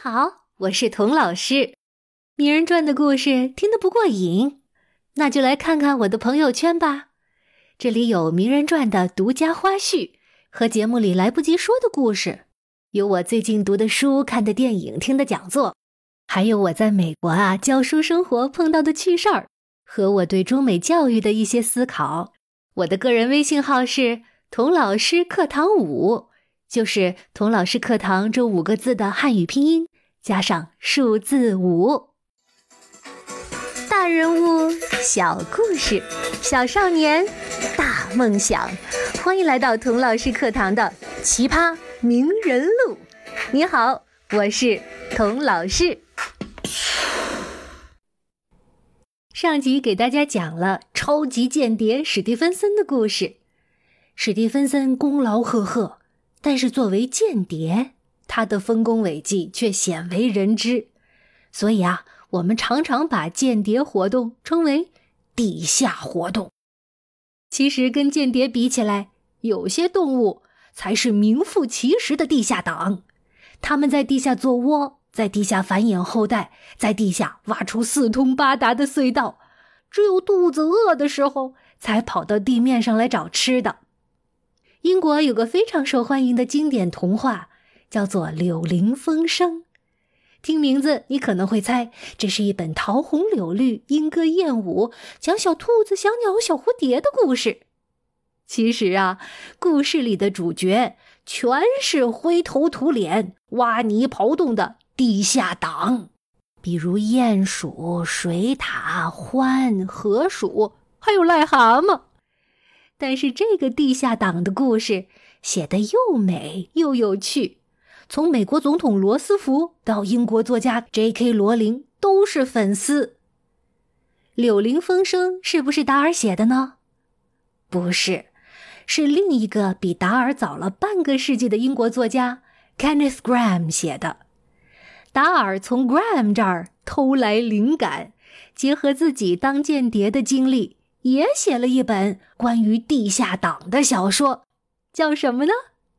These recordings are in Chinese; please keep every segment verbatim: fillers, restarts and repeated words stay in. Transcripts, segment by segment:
好，我是童老师。名人传的故事听得不过瘾，那就来看看我的朋友圈吧。这里有名人传的独家花絮和节目里来不及说的故事，有我最近读的书、看的电影、听的讲座，还有我在美国啊教书生活碰到的趣事儿，和我对中美教育的一些思考。我的个人微信号是童老师课堂五，就是童老师课堂这五个字的汉语拼音加上数字五。大人物，小故事，小少年，大梦想。欢迎来到童老师课堂的奇葩名人录。你好，我是童老师。上集给大家讲了超级间谍史蒂芬森的故事。史蒂芬森功劳赫赫，但是作为间谍，他的丰功伟绩却鲜为人知。所以啊，我们常常把间谍活动称为地下活动。其实跟间谍比起来，有些动物才是名副其实的地下党。他们在地下做窝，在地下繁衍后代，在地下挖出四通八达的隧道，只有肚子饿的时候才跑到地面上来找吃的。英国有个非常受欢迎的经典童话，叫做《柳林风声》。听名字你可能会猜，这是一本桃红柳绿、莺歌燕舞，讲小兔子、小鸟、小蝴蝶的故事。其实啊，故事里的主角全是灰头土脸、挖泥刨洞的地下党，比如鼹鼠、水獭、獾、河鼠，还有癞蛤蟆。但是这个地下党的故事写得又美又有趣，从美国总统罗斯福到英国作家 J K 罗琳都是粉丝。柳林风声是不是达尔写的呢？不是，是另一个比达尔早了半个世纪的英国作家 Kenneth Grahame 写的。达尔从 Grahame 这儿偷来灵感，结合自己当间谍的经历，也写了一本关于地下党的小说，叫什么呢？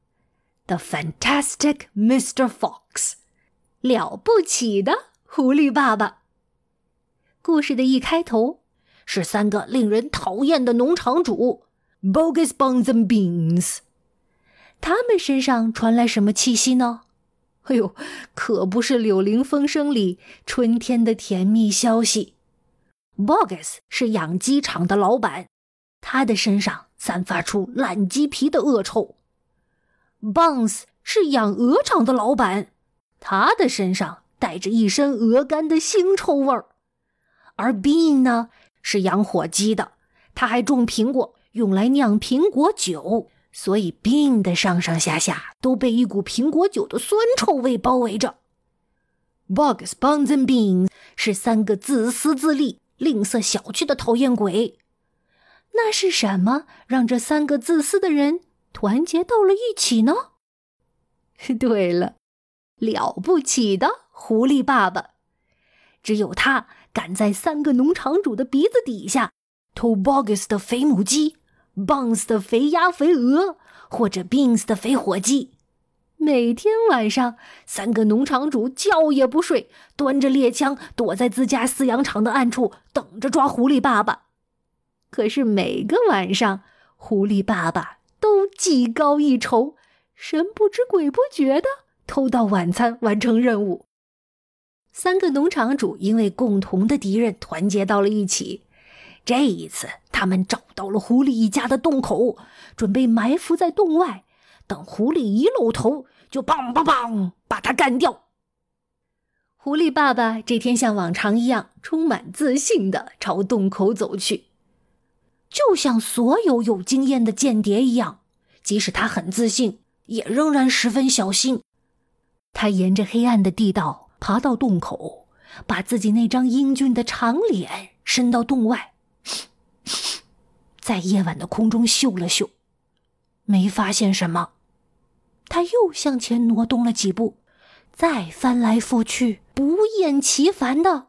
The Fantastic Mister Fox， 了不起的狐狸爸爸。故事的一开头是三个令人讨厌的农场主 Bogus Buns and Beans， 他们身上传来什么气息呢？哎呦，可不是柳林风声里春天的甜蜜消息。Bogus 是养鸡场的老板，他的身上散发出烂鸡皮的恶臭。Buns 是养鹅场的老板，他的身上带着一身鹅肝的腥臭味儿。而 Bean 呢，是养火鸡的，他还种苹果，用来酿苹果酒，所以 Bean 的上上下下都被一股苹果酒的酸臭味包围着。Bugs, Buns and Beans 是三个自私自利、吝啬小气的讨厌鬼。那是什么让这三个自私的人团结到了一起呢？对了，了不起的狐狸爸爸。只有他敢在三个农场主的鼻子底下偷 Bogus 的肥母鸡、Buns 的肥鸭肥鹅，或者 Beans 的肥火鸡。每天晚上，三个农场主觉也不睡，端着猎枪躲在自家饲养场的暗处，等着抓狐狸爸爸。可是每个晚上，狐狸爸爸都技高一筹，神不知鬼不觉地偷到晚餐，完成任务。三个农场主因为共同的敌人团结到了一起。这一次，他们找到了狐狸一家的洞口，准备埋伏在洞外，等狐狸一露头，就棒棒棒把他干掉。狐狸爸爸这天像往常一样，充满自信地朝洞口走去。就像所有有经验的间谍一样，即使他很自信，也仍然十分小心。他沿着黑暗的地道爬到洞口，把自己那张英俊的长脸伸到洞外，在夜晚的空中嗅了嗅，没发现什么。他又向前挪动了几步，再翻来覆去，不厌其烦的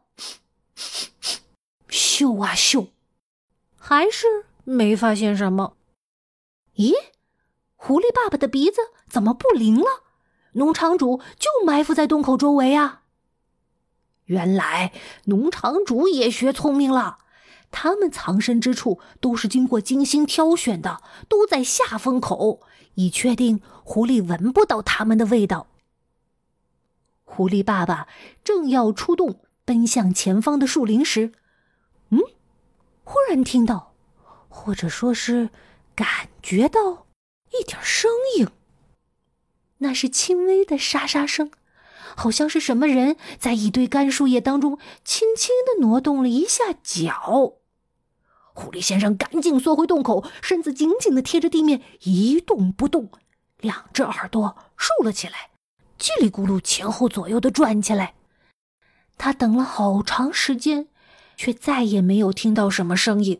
嗅啊嗅，还是没发现什么。咦，狐狸爸爸的鼻子怎么不灵了？ 农场主就埋伏在洞口周围啊。原来农场主也学聪明了，他们藏身之处都是经过精心挑选的，都在下风口，以确定狐狸闻不到他们的味道。狐狸爸爸正要出动奔向前方的树林时，嗯，忽然听到，或者说是感觉到一点声音。那是轻微的沙沙声，好像是什么人在一堆干树叶当中轻轻地挪动了一下脚。狐狸先生赶紧缩回洞口，身子紧紧地贴着地面，一动不动，两只耳朵竖了起来，叽里咕噜前后左右地转起来。他等了好长时间，却再也没有听到什么声音。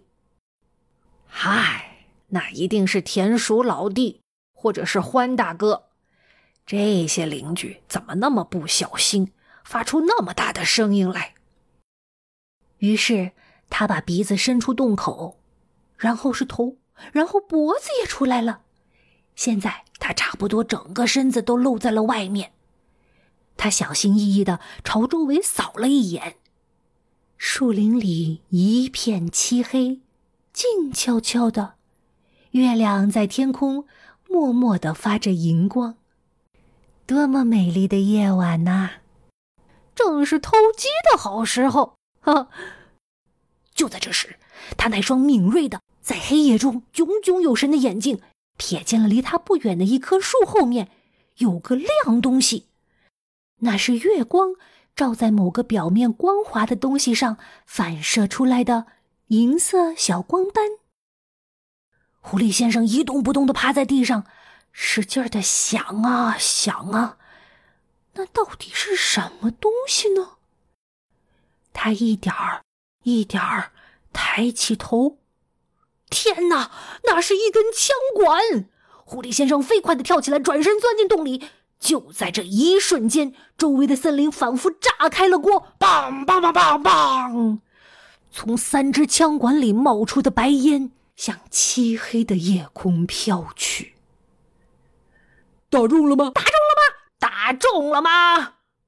嗨，那一定是田鼠老弟，或者是欢大哥。这些邻居怎么那么不小心，发出那么大的声音来？于是他把鼻子伸出洞口，然后是头，然后脖子也出来了。现在他差不多整个身子都露在了外面。他小心翼翼地朝周围扫了一眼，树林里一片漆黑，静悄悄的，月亮在天空默默地发着银光。多么美丽的夜晚呐！正是偷鸡的好时候。哈！就在这时，他那双敏锐的在黑夜中炯炯有神的眼睛瞥见了离他不远的一棵树后面有个亮东西，那是月光照在某个表面光滑的东西上反射出来的银色小光斑。狐狸先生一动不动地趴在地上，使劲地想啊想啊，那到底是什么东西呢？他一点儿一点儿抬起头，天哪，那是一根枪管！狐狸先生飞快地跳起来，转身钻进洞里。就在这一瞬间，周围的森林仿佛炸开了锅，梆梆梆梆梆，从三支枪管里冒出的白烟向漆黑的夜空飘去。打中了吗？打中了吗？打中了吗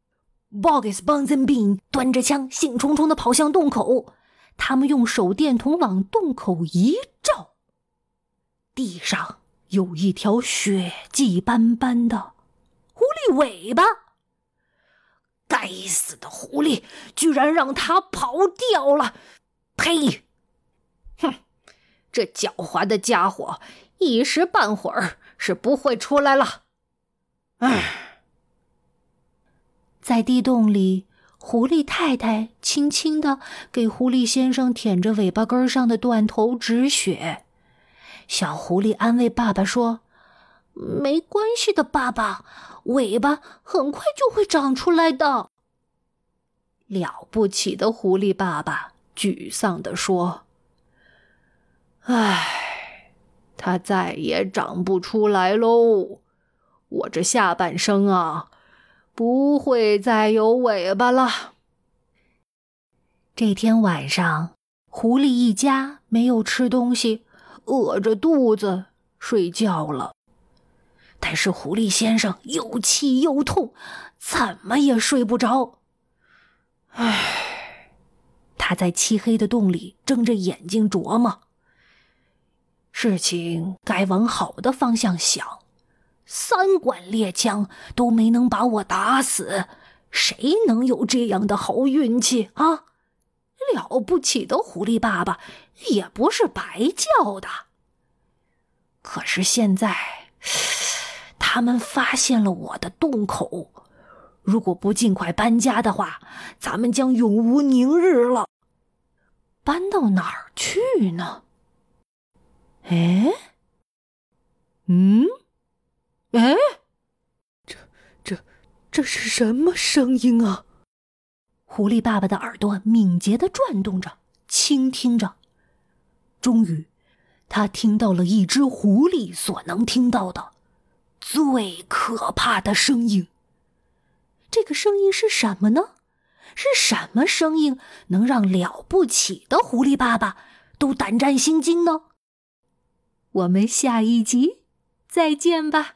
？Boggis Bonzenbean 端着枪，兴冲冲地跑向洞口。他们用手电筒往洞口一照，地上有一条血迹斑斑的狐狸尾巴。该死的狐狸，居然让它跑掉了！呸！哼，这狡猾的家伙，一时半会儿是不会出来了。唉，在地洞里，狐狸太太轻轻地给狐狸先生舔着尾巴根上的断头止血。小狐狸安慰爸爸说：“没关系的，爸爸，尾巴很快就会长出来的。”了不起的狐狸爸爸沮丧地说：“唉，它再也长不出来喽。我这下半生啊，不会再有尾巴了。”这天晚上，狐狸一家没有吃东西，饿着肚子睡觉了。但是狐狸先生又气又痛，怎么也睡不着。唉，他在漆黑的洞里睁着眼睛琢磨，事情该往好的方向想。三管猎枪都没能把我打死，谁能有这样的好运气啊？了不起的狐狸爸爸也不是白叫的。可是现在，他们发现了我的洞口，如果不尽快搬家的话，咱们将永无宁日了。搬到哪儿去呢？哎，嗯？哎，这这这是什么声音啊？狐狸爸爸的耳朵敏捷地转动着，倾听着。终于，他听到了一只狐狸所能听到的最可怕的声音。这个声音是什么呢？是什么声音能让了不起的狐狸爸爸都胆战心惊呢？我们下一集再见吧。